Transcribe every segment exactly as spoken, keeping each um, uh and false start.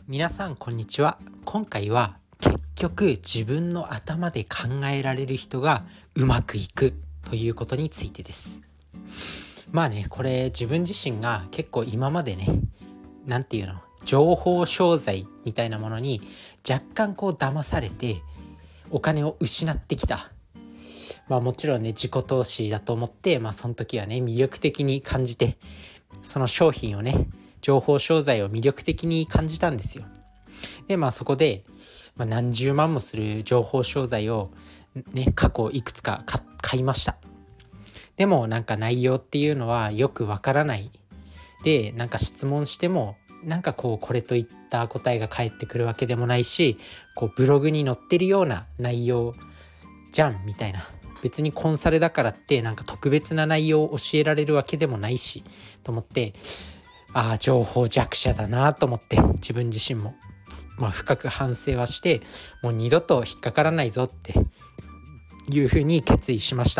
皆さんこんにちは。今回は結局自分の頭で考えられる人がうまくいくということについてです。まあね、これ自分自身が結構今までね、なんていうの、情報商材みたいなものに若干こう騙されてお金を失ってきた。まあもちろんね、自己投資だと思って、まあその時はね、魅力的に感じて、その商品をね、情報商材を魅力的に感じたんですよ。でまあそこで、まあ、何十万もする情報商材をね、過去いくつか買いました。でもなんか内容っていうのはよくわからない。でなんか質問してもなんかこうこれといった答えが返ってくるわけでもないし、こうブログに載ってるような内容じゃんみたいな。別にコンサルだからってなんか特別な内容を教えられるわけでもないしと思って、ああ情報弱者だなと思って、自分自身もまあ深く反省はして、もう二度と引っかからないぞっていうふうに決意しました。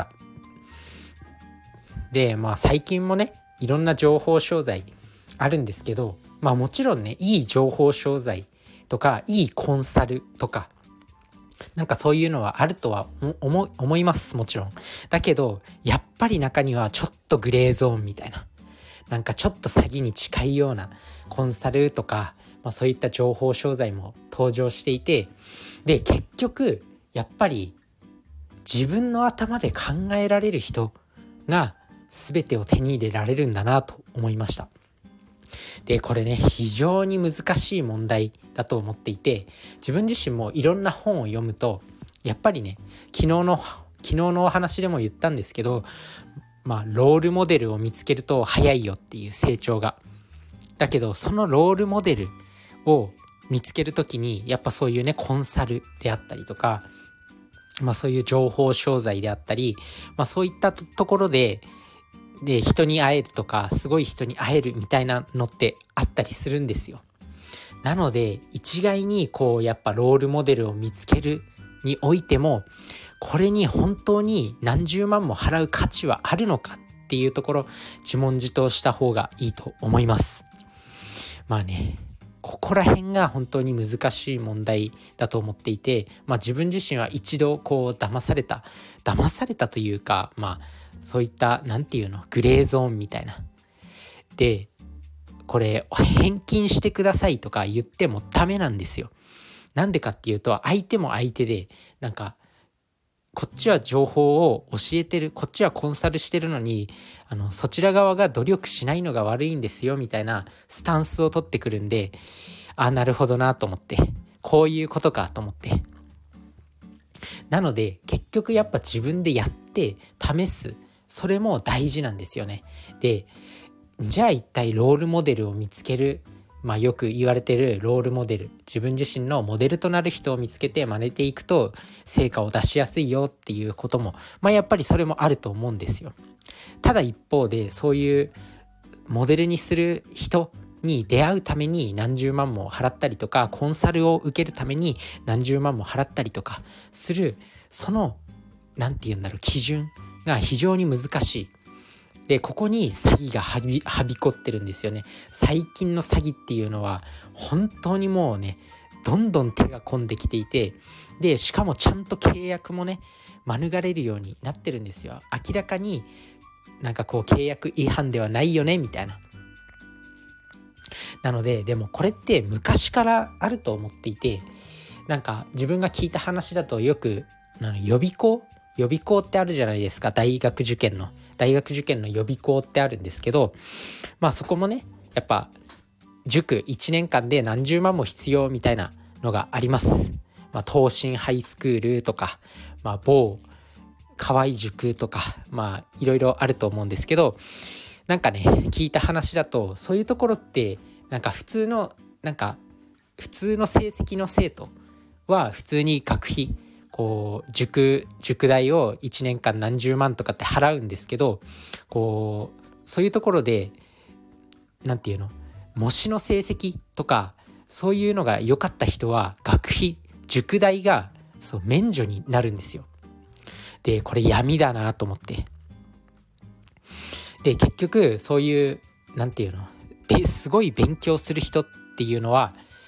でまあ最近もね、いろんな情報商材あるんですけど、まあもちろんね、いい情報商材とかいいコンサルとかなんかそういうのはあるとは思思います。もちろんだけど、やっぱり中にはちょっとグレーゾーンみたいな、なんかちょっと詐欺に近いようなコンサルとか、まあ、そういった情報商材も登場していて、で結局やっぱり自分の頭で考えられる人が全てを手に入れられるんだなと思いました。でこれね、非常に難しい問題だと思っていて、自分自身もいろんな本を読むと、やっぱりね、昨日の昨日のお話でも言ったんですけど、まあロールモデルを見つけると早いよっていう成長が。だけどそのロールモデルを見つけるときに、やっぱそういうね、コンサルであったりとか、まあそういう情報商材であったり、まあそういったところでで人に会えるとか、すごい人に会えるみたいなのってあったりするんですよ。なので一概にこうやっぱロールモデルを見つけるにおいても、これに本当に何十万も払う価値はあるのかっていうところ、自問自答した方がいいと思います。まあね、ここら辺が本当に難しい問題だと思っていて、まあ自分自身は一度こう騙された騙されたというか、まあそういったなんていうの、グレーゾーンみたいなで、これ返金してくださいとか言ってもダメなんですよ。なんでかっていうと、相手も相手で、なんかこっちは情報を教えてる、こっちはコンサルしてるのに、あのそちら側が努力しないのが悪いんですよみたいなスタンスを取ってくるんで、あ、なるほどなと思って、こういうことかと思って、なので結局やっぱ自分でやって試す、それも大事なんですよね。でじゃあ一体ロールモデルを見つける、まあよく言われてるロールモデル、自分自身のモデルとなる人を見つけて真似ていくと成果を出しやすいよっていうことも、まあやっぱりそれもあると思うんですよ。ただ一方で、そういうモデルにする人に出会うために何十万も払ったりとか、コンサルを受けるために何十万も払ったりとかする、そのなんて言うんだろう、基準が非常に難しい。でここに詐欺がはび、はびこってるんですよね。最近の詐欺っていうのは本当にもうね、どんどん手が込んできていて、でしかもちゃんと契約もね、免れるようになってるんですよ。明らかになんかこう契約違反ではないよねみたいな。なのででもこれって昔からあると思っていて、なんか自分が聞いた話だと、よく予備校予備校ってあるじゃないですか。大学受験の大学受験の予備校ってあるんですけど、まあそこもね、やっぱ塾いちねんかんで何十万も必要みたいなのがあります。まあ東進ハイスクールとか、まあ某河合塾とか、まあいろいろあると思うんですけど、なんかね、聞いた話だと、そういうところってなんか普通のなんか普通の成績の生徒は普通に学費、こう塾塾代をいちねんかん何十万とかって払うんですけど、こうそういうところでなんていうの、模試の成績とかそういうのが良かった人は学費、塾代がそう免除になるんですよ。でこれ闇だなと思って、で結局そういうなんていうの、すごい勉強する人っていうのは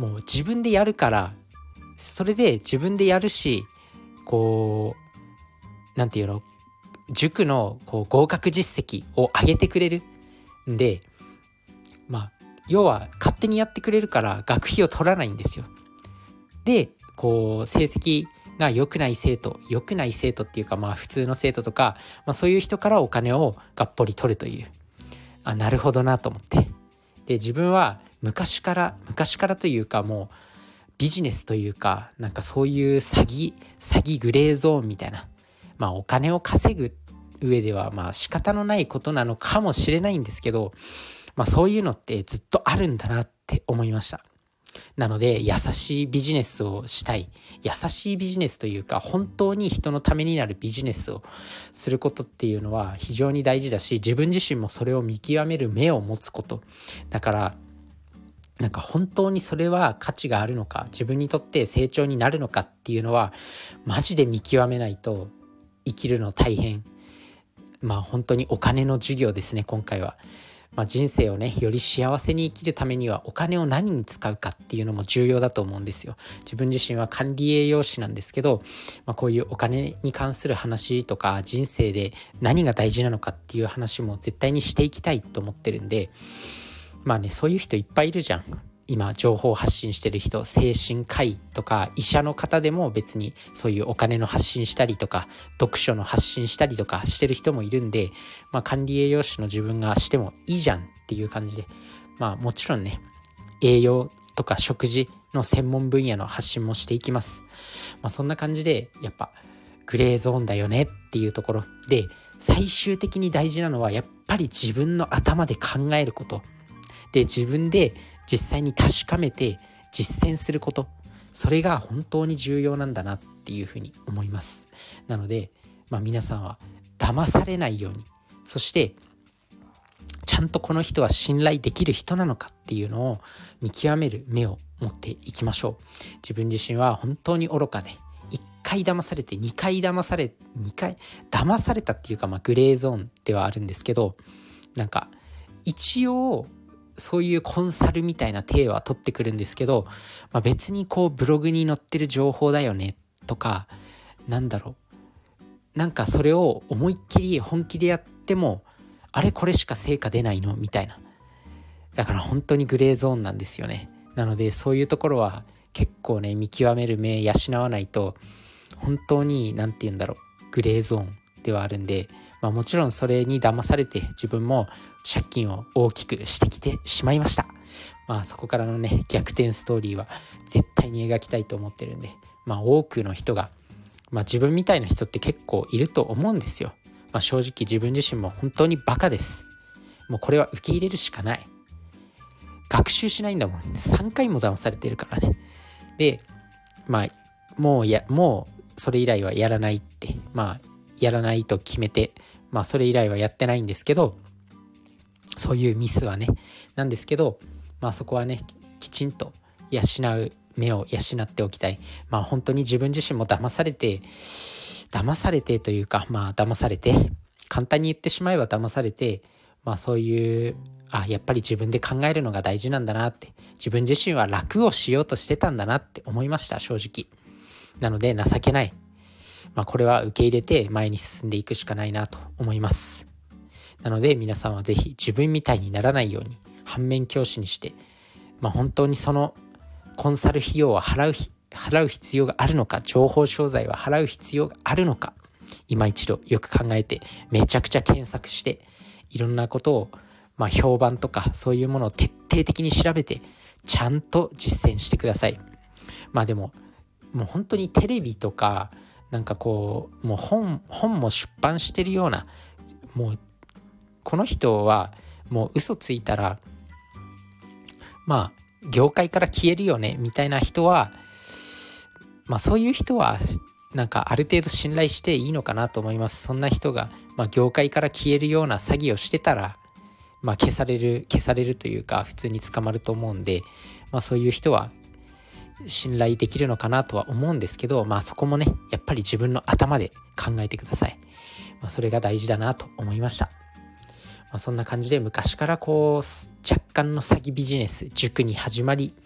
もう自分でやるから、それで自分でやるし、こうなんていうの、塾のこう合格実績を上げてくれるんで、まあ要は勝手にやってくれるから学費を取らないんですよ。でこう成績が良くない生徒良くない生徒っていうか、まあ普通の生徒とか、まあ、そういう人からお金をがっぽり取るという、あ、なるほどなと思って、で自分は昔から昔からというか、もうビジネスというか、なんかそういう詐欺詐欺グレーゾーンみたいな、まあお金を稼ぐ上ではまあ仕方のないことなのかもしれないんですけど、まあそういうのってずっとあるんだなって思いました。なので優しいビジネスをしたい、優しいビジネスというか本当に人のためになるビジネスをすることっていうのは非常に大事だし、自分自身もそれを見極める目を持つこと。だからなんか本当にそれは価値があるのか、自分にとって成長になるのかっていうのはマジで見極めないと生きるの大変。まあ本当にお金の授業ですね、今回は。まあ、人生をねより幸せに生きるためにはお金を何に使うかっていうのも重要だと思うんですよ。自分自身は管理栄養士なんですけど、まあ、こういうお金に関する話とか人生で何が大事なのかっていう話も絶対にしていきたいと思ってるんで、まあね、そういう人いっぱいいるじゃん。今情報発信してる人、精神科医とか医者の方でも別にそういうお金の発信したりとか読書の発信したりとかしてる人もいるんで、まあ、管理栄養士の自分がしてもいいじゃんっていう感じで、まあもちろんね栄養とか食事の専門分野の発信もしていきます。まあ、そんな感じでやっぱグレーゾーンだよねっていうところで、最終的に大事なのはやっぱり自分の頭で考えることで、自分で実際に確かめて実践すること、それが本当に重要なんだなっていうふうに思います。なので、まあ、皆さんは騙されないように、そしてちゃんとこの人は信頼できる人なのかっていうのを見極める目を持っていきましょう。自分自身は本当に愚かで、いっかい騙されてにかい騙されにかい騙されたっていうか、まあグレーゾーンではあるんですけど、なんか一応そういうコンサルみたいな体は取ってくるんですけど、まあ、別にこうブログに載ってる情報だよねとか、なんだろう、なんかそれを思いっきり本気でやってもあれこれしか成果出ないのみたいな、だから本当にグレーゾーンなんですよね。なのでそういうところは結構ね見極める目養わないと、本当になんて言うんだろう、グレーゾーンではあるんで、まあ、もちろんそれに騙されて自分も借金を大きくしてきてしまいました。まあそこからのね逆転ストーリーは絶対に描きたいと思ってるんで、まあ多くの人が、まあ自分みたいな人って結構いると思うんですよ。まあ正直自分自身も本当にバカです。もうこれは受け入れるしかない。学習しないんだもん。さんかいも騙されてるからね。で、まあもうやもうそれ以来はやらないって、まあやらないと決めて、まあそれ以来はやってないんですけど、そういうミスはねなんですけど、まあそこはねきちんと養う目を養っておきたい。まあ本当に自分自身も騙されて騙されてというか、まあ騙されて、簡単に言ってしまえば騙されて、まあそういうあやっぱり自分で考えるのが大事なんだなって、自分自身は楽をしようとしてたんだなって思いました、正直。なので情けない、まあこれは受け入れて前に進んでいくしかないなと思います。なので皆さんはぜひ自分みたいにならないように反面教師にして、まあ、本当にそのコンサル費用は払う払う必要があるのか、情報商材は払う必要があるのか、今一度よく考えてめちゃくちゃ検索して、いろんなことを、まあ、評判とかそういうものを徹底的に調べてちゃんと実践してください。まあでももう本当にテレビとかなんかこうもう本本も出版してるような、もうこの人はもう嘘ついたらまあ業界から消えるよねみたいな人は、まあそういう人はなんかある程度信頼していいのかなと思います。そんな人が、まあ、業界から消えるような詐欺をしてたら、まあ、消される消されるというか普通に捕まると思うんで、まあ、そういう人は信頼できるのかなとは思うんですけど、まあそこもねやっぱり自分の頭で考えてください。まあ、それが大事だなと思いました。まあ、そんな感じで昔からこう若干の詐欺ビジネス塾に始まり、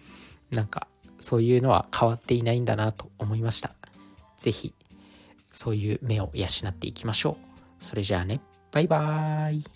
なんかそういうのは変わっていないんだなと思いました。ぜひそういう目を養っていきましょう。それじゃあね、バイバーイ。